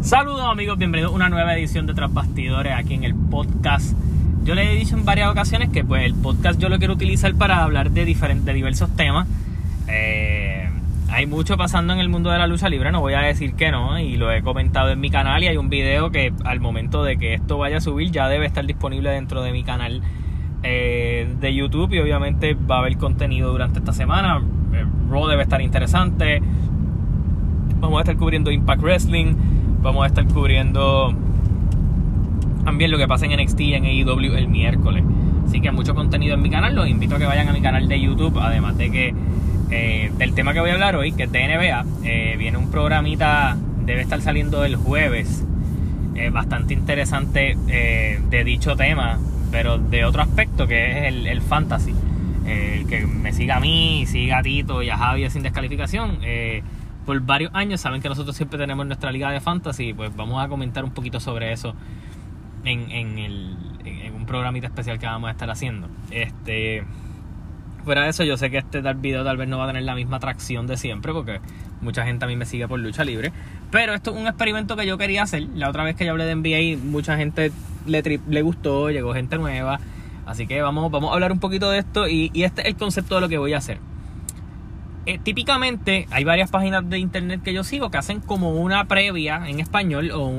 Saludos amigos, bienvenidos a una nueva edición de Tras Bastidores aquí en el podcast. Yo les he dicho en varias ocasiones que pues el podcast yo lo quiero utilizar para hablar de diversos temas. Hay mucho pasando en el mundo de la lucha libre, no voy a decir que no, y lo he comentado en mi canal, y hay un video que al momento de que esto vaya a subir ya debe estar disponible dentro de mi canal de YouTube, y obviamente va a haber contenido durante esta semana. Raw debe estar interesante, vamos a estar cubriendo Impact Wrestling, vamos a estar cubriendo también lo que pasa en NXT y en AEW el miércoles. Así que hay mucho contenido en mi canal. Los invito a que vayan a mi canal de YouTube. Además de que del tema que voy a hablar hoy, que es de NBA, viene un programita, debe estar saliendo el jueves, bastante interesante de dicho tema, pero de otro aspecto, que es el fantasy. El que me siga a mí, siga a Tito y a Javi Sin Descalificación, por varios años saben que nosotros siempre tenemos nuestra liga de fantasy. Pues vamos a comentar un poquito sobre eso en un programita especial que vamos a estar haciendo. Fuera de eso, yo sé que este video tal vez no va a tener la misma atracción de siempre, porque mucha gente a mí me sigue por lucha libre, pero esto es un experimento que yo quería hacer. La otra vez que yo hablé de NBA, mucha gente le gustó, llegó gente nueva, así que vamos a hablar un poquito de esto, y este es el concepto de lo que voy a hacer. Típicamente hay varias páginas de internet que yo sigo que hacen como una previa en español, o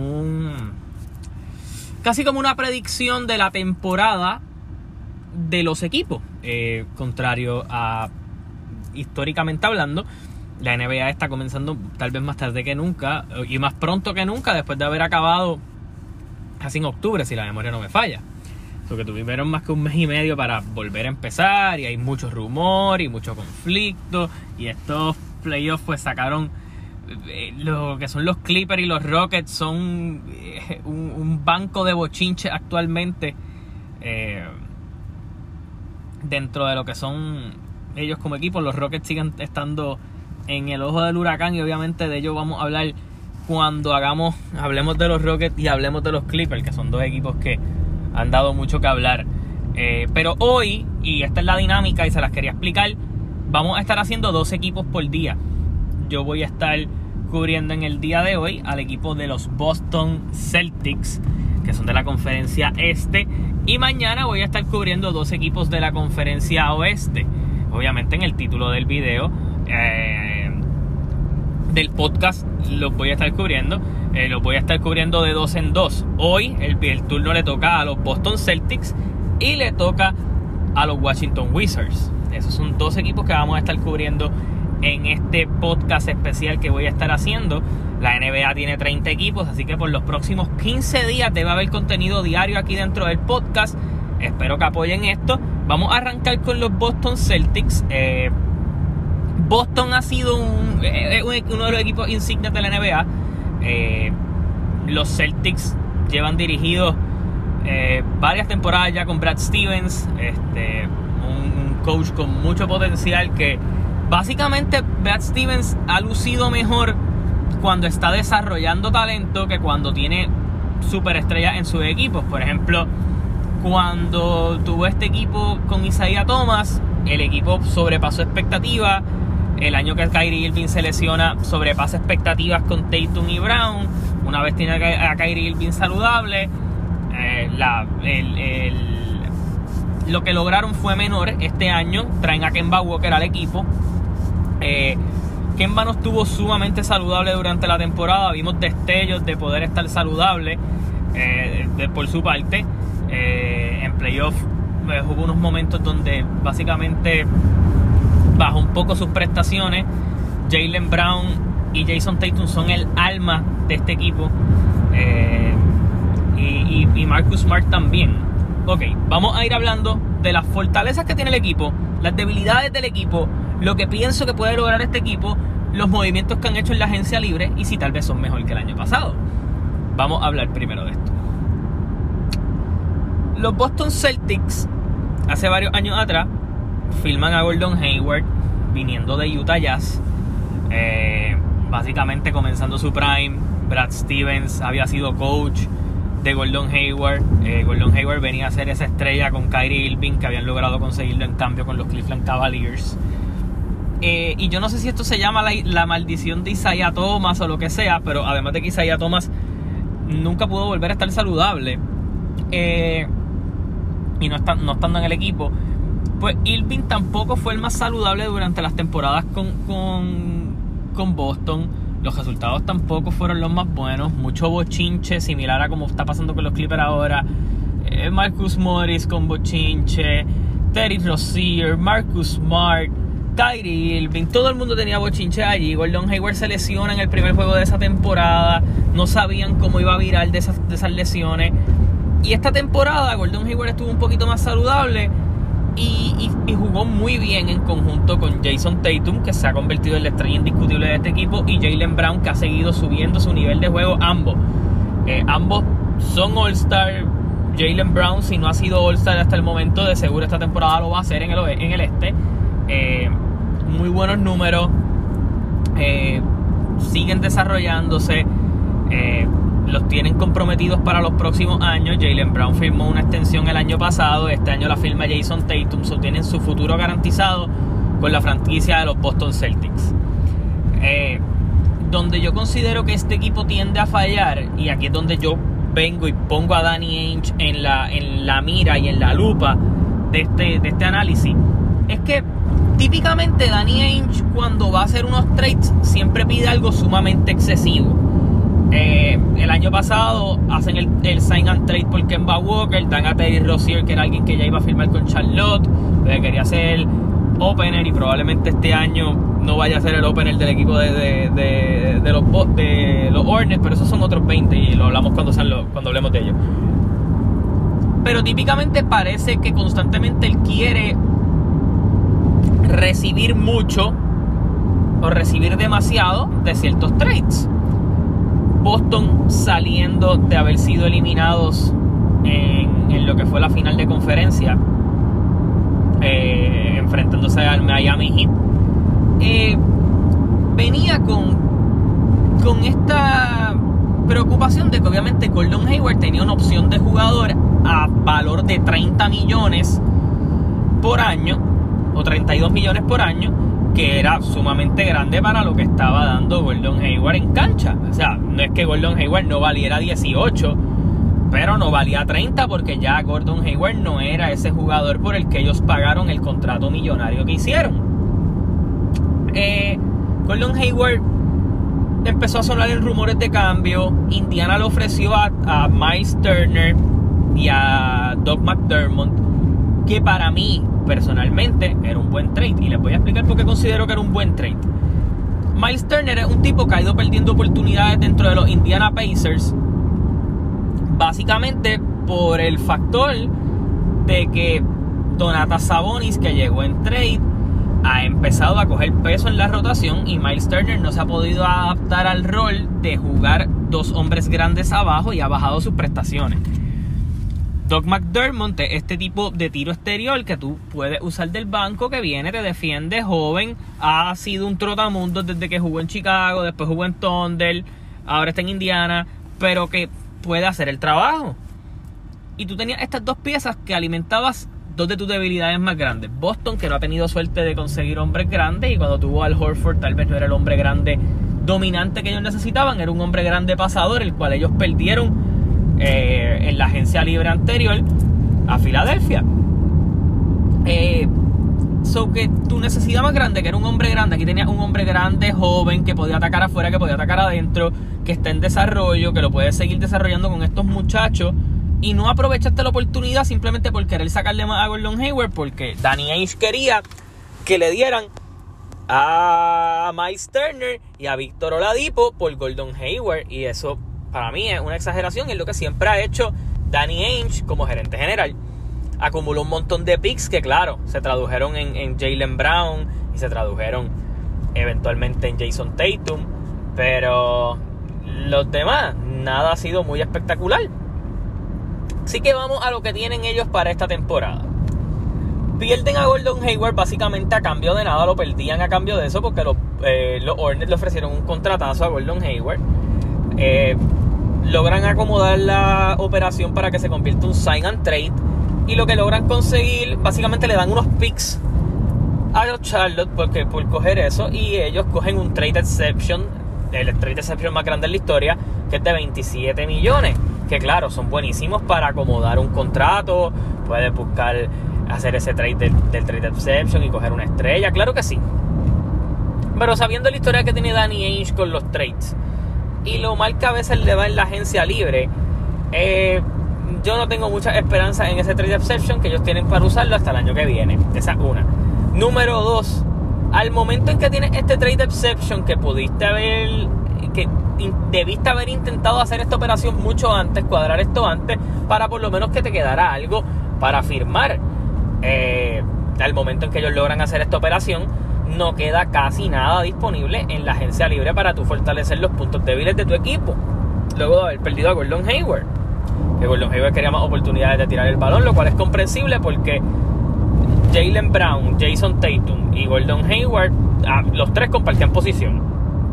casi como una predicción de la temporada de los equipos. Contrario a, históricamente hablando, la NBA está comenzando tal vez más tarde que nunca, y más pronto que nunca, después de haber acabado casi en octubre, si la memoria no me falla. Que tuvieron más que un mes y medio para volver a empezar, y hay mucho rumor y mucho conflicto, y estos playoffs pues sacaron lo que son los Clippers y los Rockets. Son un banco de bochinche actualmente dentro de lo que son ellos como equipo. Los Rockets siguen estando en el ojo del huracán, y obviamente de ello vamos a hablar cuando hablemos de los Rockets y hablemos de los Clippers, que son dos equipos que han dado mucho que hablar. Pero hoy, y esta es la dinámica y se las quería explicar, vamos a estar haciendo 2 equipos por día. Yo voy a estar cubriendo en el día de hoy al equipo de los Boston Celtics, que son de la conferencia este, y mañana voy a estar cubriendo 2 equipos de la conferencia oeste. Obviamente en el título del video del podcast los voy a estar cubriendo. Los voy a estar cubriendo de 2 en 2. Hoy el turno le toca a los Boston Celtics y le toca a los Washington Wizards. Esos son 2 equipos que vamos a estar cubriendo en este podcast especial que voy a estar haciendo. La NBA tiene 30 equipos, así que por los próximos 15 días debe haber contenido diario aquí dentro del podcast. Espero que apoyen esto. Vamos a arrancar con los Boston Celtics. Boston ha sido uno de los equipos insignes de la NBA. Los Celtics llevan dirigidos varias temporadas ya con Brad Stevens, un coach con mucho potencial, que básicamente Brad Stevens ha lucido mejor cuando está desarrollando talento que cuando tiene superestrellas en sus equipos. Por ejemplo, cuando tuvo este equipo con Isaiah Thomas, el equipo sobrepasó expectativas. El año que Kyrie Irving se lesiona, sobrepasa expectativas con Tatum y Brown. Una vez tiene a Kyrie Irving saludable, lo que lograron fue menor. Este año traen a Kemba Walker al equipo. Kemba no estuvo sumamente saludable durante la temporada. Vimos destellos de poder estar saludable por su parte. En playoff hubo unos momentos donde básicamente bajó un poco sus prestaciones. Jaylen Brown y Jason Tatum son el alma de este equipo, y Marcus Smart también. Ok, vamos a ir hablando de las fortalezas que tiene el equipo, las debilidades del equipo, lo que pienso que puede lograr este equipo, los movimientos que han hecho en la agencia libre, y si tal vez son mejor que el año pasado. Vamos a hablar primero de esto. Los Boston Celtics hace varios años atrás firman a Gordon Hayward, viniendo de Utah Jazz, básicamente comenzando su prime. Brad Stevens había sido coach de Gordon Hayward. Gordon Hayward venía a ser esa estrella con Kyrie Irving, que habían logrado conseguirlo en cambio con los Cleveland Cavaliers. Y yo no sé si esto se llama la maldición de Isaiah Thomas o lo que sea, pero además de que Isaiah Thomas nunca pudo volver a estar saludable, y no estando en el equipo, pues Irving tampoco fue el más saludable durante las temporadas con Boston. Los resultados tampoco fueron los más buenos. Mucho bochinche, similar a como está pasando con los Clippers ahora. Marcus Morris con bochinche, Terry Rozier, Marcus Smart, Kyrie Irving, todo el mundo tenía bochinche allí. Gordon Hayward se lesiona en el primer juego de esa temporada. No sabían cómo iba a virar de esas lesiones. Y esta temporada Gordon Hayward estuvo un poquito más saludable y jugó muy bien en conjunto con Jason Tatum, que se ha convertido en la estrella indiscutible de este equipo, y Jaylen Brown, que ha seguido subiendo su nivel de juego. Ambos son All-Star. Jaylen Brown, si no ha sido All-Star hasta el momento, de seguro esta temporada lo va a hacer en el este. Muy buenos números, siguen desarrollándose, los tienen comprometidos para los próximos años. Jaylen Brown firmó una extensión el año pasado, este año la firma Jason Tatum, tienen su futuro garantizado con la franquicia de los Boston Celtics. Donde yo considero que este equipo tiende a fallar, y aquí es donde yo vengo y pongo a Danny Ainge en la mira y en la lupa de este análisis, es que típicamente Danny Ainge, cuando va a hacer unos trades, siempre pide algo sumamente excesivo. El año pasado hacen el sign and trade por Kemba Walker, dan a Terry Rozier, que era alguien que ya iba a firmar con Charlotte, quería hacer opener, y probablemente este año no vaya a ser el opener del equipo de los Hornets, pero esos son otros 20 y lo hablamos cuando hablemos de ellos. Pero típicamente parece que constantemente él quiere recibir mucho o recibir demasiado de ciertos trades. Boston, saliendo de haber sido eliminados en lo que fue la final de conferencia, enfrentándose al Miami Heat, venía con esta preocupación de que obviamente Gordon Hayward tenía una opción de jugador a valor de 30 millones por año o 32 millones por año, que era sumamente grande para lo que estaba dando Gordon Hayward en cancha. O sea, no es que Gordon Hayward no valiera 18, pero no valía 30, porque ya Gordon Hayward no era ese jugador por el que ellos pagaron el contrato millonario que hicieron. Gordon Hayward empezó a sonar en rumores de cambio. Indiana le ofreció a Miles Turner y a Doug McDermott, que para mí personalmente era un buen trade, y les voy a explicar por qué considero que era un buen trade. Miles Turner es un tipo que ha ido perdiendo oportunidades dentro de los Indiana Pacers, básicamente por el factor de que Donatas Sabonis, que llegó en trade, ha empezado a coger peso en la rotación, y Miles Turner no se ha podido adaptar al rol de jugar dos hombres grandes abajo y ha bajado sus prestaciones. Doug McDermott, este tipo de tiro exterior que tú puedes usar del banco, que viene, te defiende, joven, ha sido un trotamundos desde que jugó en Chicago, después jugó en Thunder, ahora está en Indiana, pero que puede hacer el trabajo. Y tú tenías estas dos piezas que alimentabas dos de tus debilidades más grandes. Boston, que no ha tenido suerte de conseguir hombres grandes, y cuando tuvo al Horford tal vez no era el hombre grande dominante que ellos necesitaban, era un hombre grande pasador, el cual ellos perdieron en la agencia libre anterior a Filadelfia. Que tu necesidad más grande, que era un hombre grande, aquí tenías un hombre grande, joven, que podía atacar afuera, que podía atacar adentro, que está en desarrollo, que lo puedes seguir desarrollando con estos muchachos, y no aprovechaste la oportunidad simplemente por querer sacarle más a Gordon Hayward, porque Danny Ainge quería que le dieran a Miles Turner y a Víctor Oladipo por Gordon Hayward, y eso para mí es una exageración. Es lo que siempre ha hecho Danny Ainge como gerente general. Acumuló un montón de picks que, claro, se tradujeron en Jaylen Brown y se tradujeron eventualmente en Jason Tatum, pero los demás, nada ha sido muy espectacular. Así que vamos a lo que tienen ellos para esta temporada. Pierden a Gordon Hayward básicamente a cambio de nada, lo perdían a cambio de eso, porque los Hornets le ofrecieron un contratazo a Gordon Hayward. Logran acomodar la operación para que se convierta en un sign and trade, y lo que logran conseguir, básicamente le dan unos picks a los Charlotte por coger eso, y ellos cogen un trade exception el trade exception más grande en la historia, que es de 27 millones. Que claro, son buenísimos para acomodar un contrato. Puedes buscar hacer ese trade del trade exception y coger una estrella. Claro que sí. Pero sabiendo la historia que tiene Danny Ainge con los trades y lo mal que a veces le va en la agencia libre, yo no tengo mucha esperanza en ese trade exception que ellos tienen para usarlo hasta el año que viene. Esa es una. Número 2, al momento en que tienes este trade exception, que debiste haber intentado hacer esta operación mucho antes, cuadrar esto antes, para por lo menos que te quedara algo para firmar. Al momento en que ellos logran hacer esta operación, no queda casi nada disponible en la agencia libre para tú fortalecer los puntos débiles de tu equipo, luego de haber perdido a Gordon Hayward. Que Gordon Hayward quería más oportunidades de tirar el balón, lo cual es comprensible porque Jaylen Brown, Jason Tatum y Gordon Hayward, los tres compartían posición.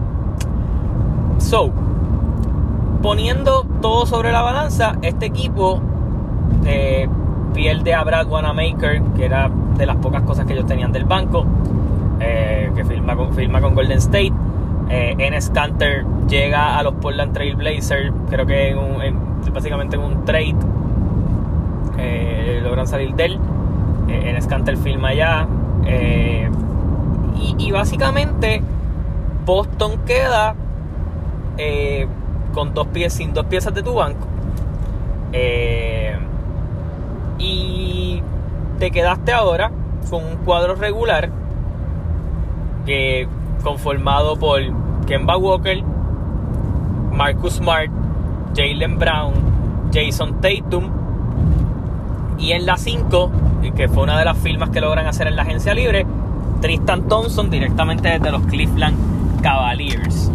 So, poniendo todo sobre la balanza, este equipo pierde a Brad Wanamaker, que era de las pocas cosas que ellos tenían del banco, que firma con Golden State. Enes Kanter llega a los Portland Trail Blazers, creo que básicamente en un trade logran salir de él. Enes Kanter firma allá, y básicamente Boston queda con sin dos piezas de tu banco, y te quedaste ahora con un cuadro regular conformado por Kemba Walker, Marcus Smart, Jaylen Brown, Jason Tatum, y en la 5, que fue una de las firmas que logran hacer en la agencia libre, Tristan Thompson, directamente desde los Cleveland Cavaliers.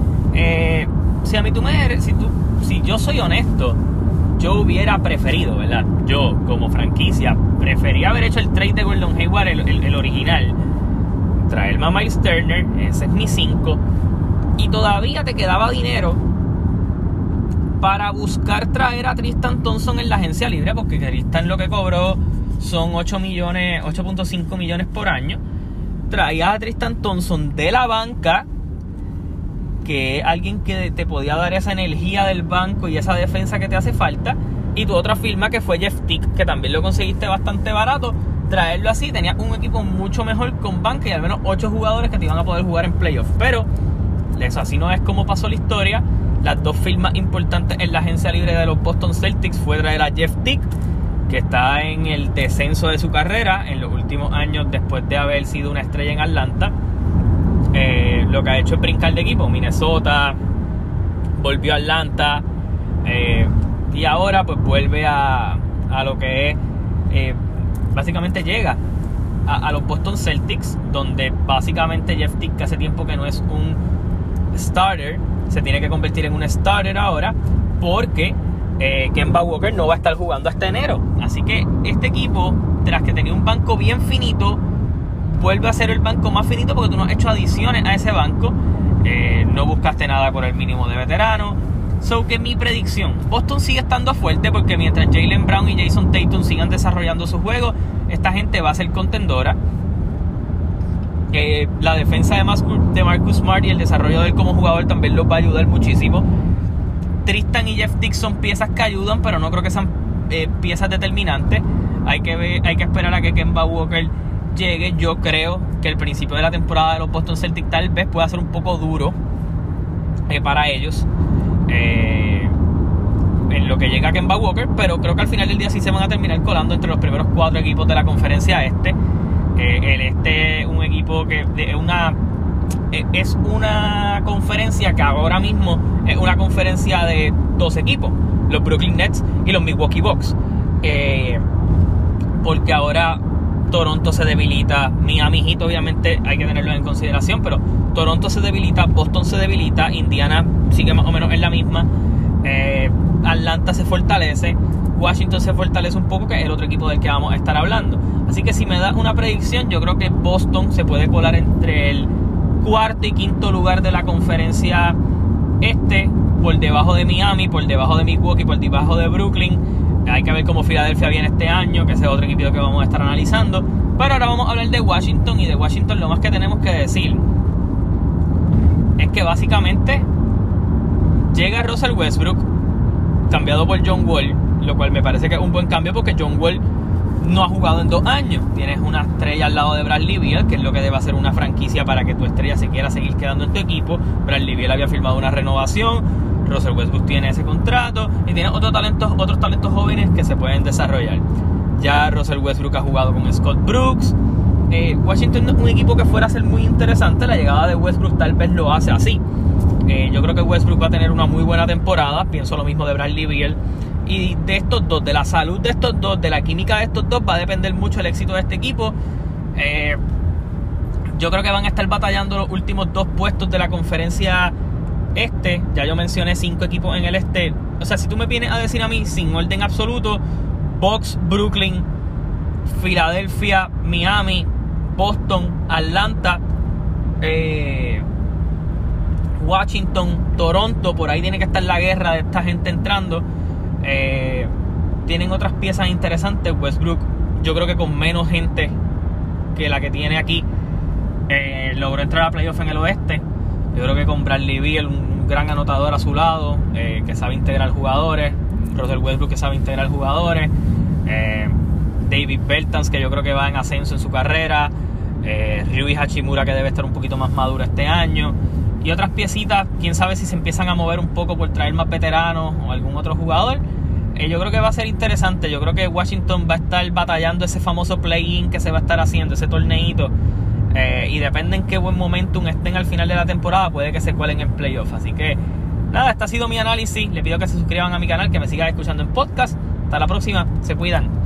Si yo soy honesto, yo hubiera preferido, ¿verdad? Yo, como franquicia, prefería haber hecho el trade de Gordon Hayward, el original, traerme a Miles Turner, ese es mi 5, y todavía te quedaba dinero para buscar traer a Tristan Thompson en la agencia libre, porque Tristan lo que cobró son 8.5 millones por año. Traías a Tristan Thompson de la banca, que es alguien que te podía dar esa energía del banco y esa defensa que te hace falta, y tu otra firma, que fue Jeff Teague, que también lo conseguiste bastante barato. Traerlo así, tenías un equipo mucho mejor con banca y al menos 8 jugadores que te iban a poder jugar en playoffs. Pero eso así no es como pasó la historia. Las dos firmas importantes en la agencia libre de los Boston Celtics fue traer a Jeff Teague, que está en el descenso de su carrera en los últimos años después de haber sido una estrella en Atlanta. Lo que ha hecho es brincar de equipo. Minnesota, volvió a Atlanta, y ahora pues vuelve a lo que es, básicamente llega a los Boston Celtics, donde básicamente Jeff Teague, que hace tiempo que no es un starter, se tiene que convertir en un starter ahora, porque Kemba Walker no va a estar jugando hasta enero. Así que este equipo, tras que tenía un banco bien finito, vuelve a ser el banco más finito, porque tú no has hecho adiciones a ese banco, no buscaste nada por el mínimo de veterano. So que mi predicción, Boston sigue estando fuerte, porque mientras Jaylen Brown y Jason Tatum sigan desarrollando su juego, esta gente va a ser contendora. La defensa de Marcus Smart y el desarrollo de él como jugador también los va a ayudar muchísimo. Tristan y Jeff Teague son piezas que ayudan, pero no creo que sean piezas determinantes. Hay que esperar a que Kemba Walker llegue. Yo creo que el principio de la temporada de los Boston Celtics tal vez pueda ser un poco duro para ellos, en lo que llega Kemba Walker, pero creo que al final del día sí se van a terminar colando entre los primeros 4 equipos de la conferencia este. El este es un equipo que es una conferencia que ahora mismo es una conferencia de 2 equipos, los Brooklyn Nets y los Milwaukee Bucks, porque ahora Toronto se debilita, Miami Heat obviamente hay que tenerlo en consideración, pero Toronto se debilita, Boston se debilita, Indiana sigue más o menos en la misma, Atlanta se fortalece, Washington se fortalece un poco, que es el otro equipo del que vamos a estar hablando. Así que si me da una predicción, yo creo que Boston se puede colar entre el 4º y 5º lugar de la conferencia este, por debajo de Miami, por debajo de Milwaukee, por debajo de Brooklyn. Hay que ver cómo Filadelfia viene este año, que ese es otro equipo que vamos a estar analizando. Pero ahora vamos a hablar de Washington, y de Washington lo más que tenemos que decir es que básicamente llega Russell Westbrook cambiado por John Wall, lo cual me parece que es un buen cambio porque John Wall no ha jugado en 2 años. Tienes una estrella al lado de Bradley Beal, que es lo que debe hacer una franquicia para que tu estrella se quiera seguir quedando en tu equipo. Bradley Beal había firmado una renovación, Russell Westbrook tiene ese contrato y tiene otros talentos jóvenes que se pueden desarrollar. Ya Russell Westbrook ha jugado con Scott Brooks. Washington es un equipo que fuera a ser muy interesante. La llegada de Westbrook tal vez lo hace así. Yo creo que Westbrook va a tener una muy buena temporada. Pienso lo mismo de Bradley Beal. Y de estos dos, de la salud de estos dos, de la química de estos dos, va a depender mucho el éxito de este equipo. Yo creo que van a estar batallando los últimos 2 puestos de la conferencia este. Ya yo mencioné 5 equipos en el este. O sea, si tú me vienes a decir a mí, sin orden absoluto, Bucks, Brooklyn, Filadelfia, Miami, Boston, Atlanta, Washington, Toronto, por ahí tiene que estar la guerra de esta gente entrando. Tienen otras piezas interesantes. Westbrook, yo creo que con menos gente que la que tiene aquí, logró entrar a playoff en el oeste. Yo creo que con Bradley Beal, un gran anotador a su lado, que sabe integrar jugadores, Russell Westbrook, que sabe integrar jugadores, David Bertans, que yo creo que va en ascenso en su carrera, Rui Hachimura, que debe estar un poquito más maduro este año, y otras piecitas. Quién sabe si se empiezan a mover un poco por traer más veteranos o algún otro jugador. Yo creo que va a ser interesante. Yo creo que Washington va a estar batallando ese famoso play-in que se va a estar haciendo, ese torneito, y depende en qué buen momentum estén al final de la temporada, puede que se cuelen en playoff. Así que nada, este ha sido mi análisis. Les pido que se suscriban a mi canal, que me sigan escuchando en podcast. Hasta la próxima, se cuidan.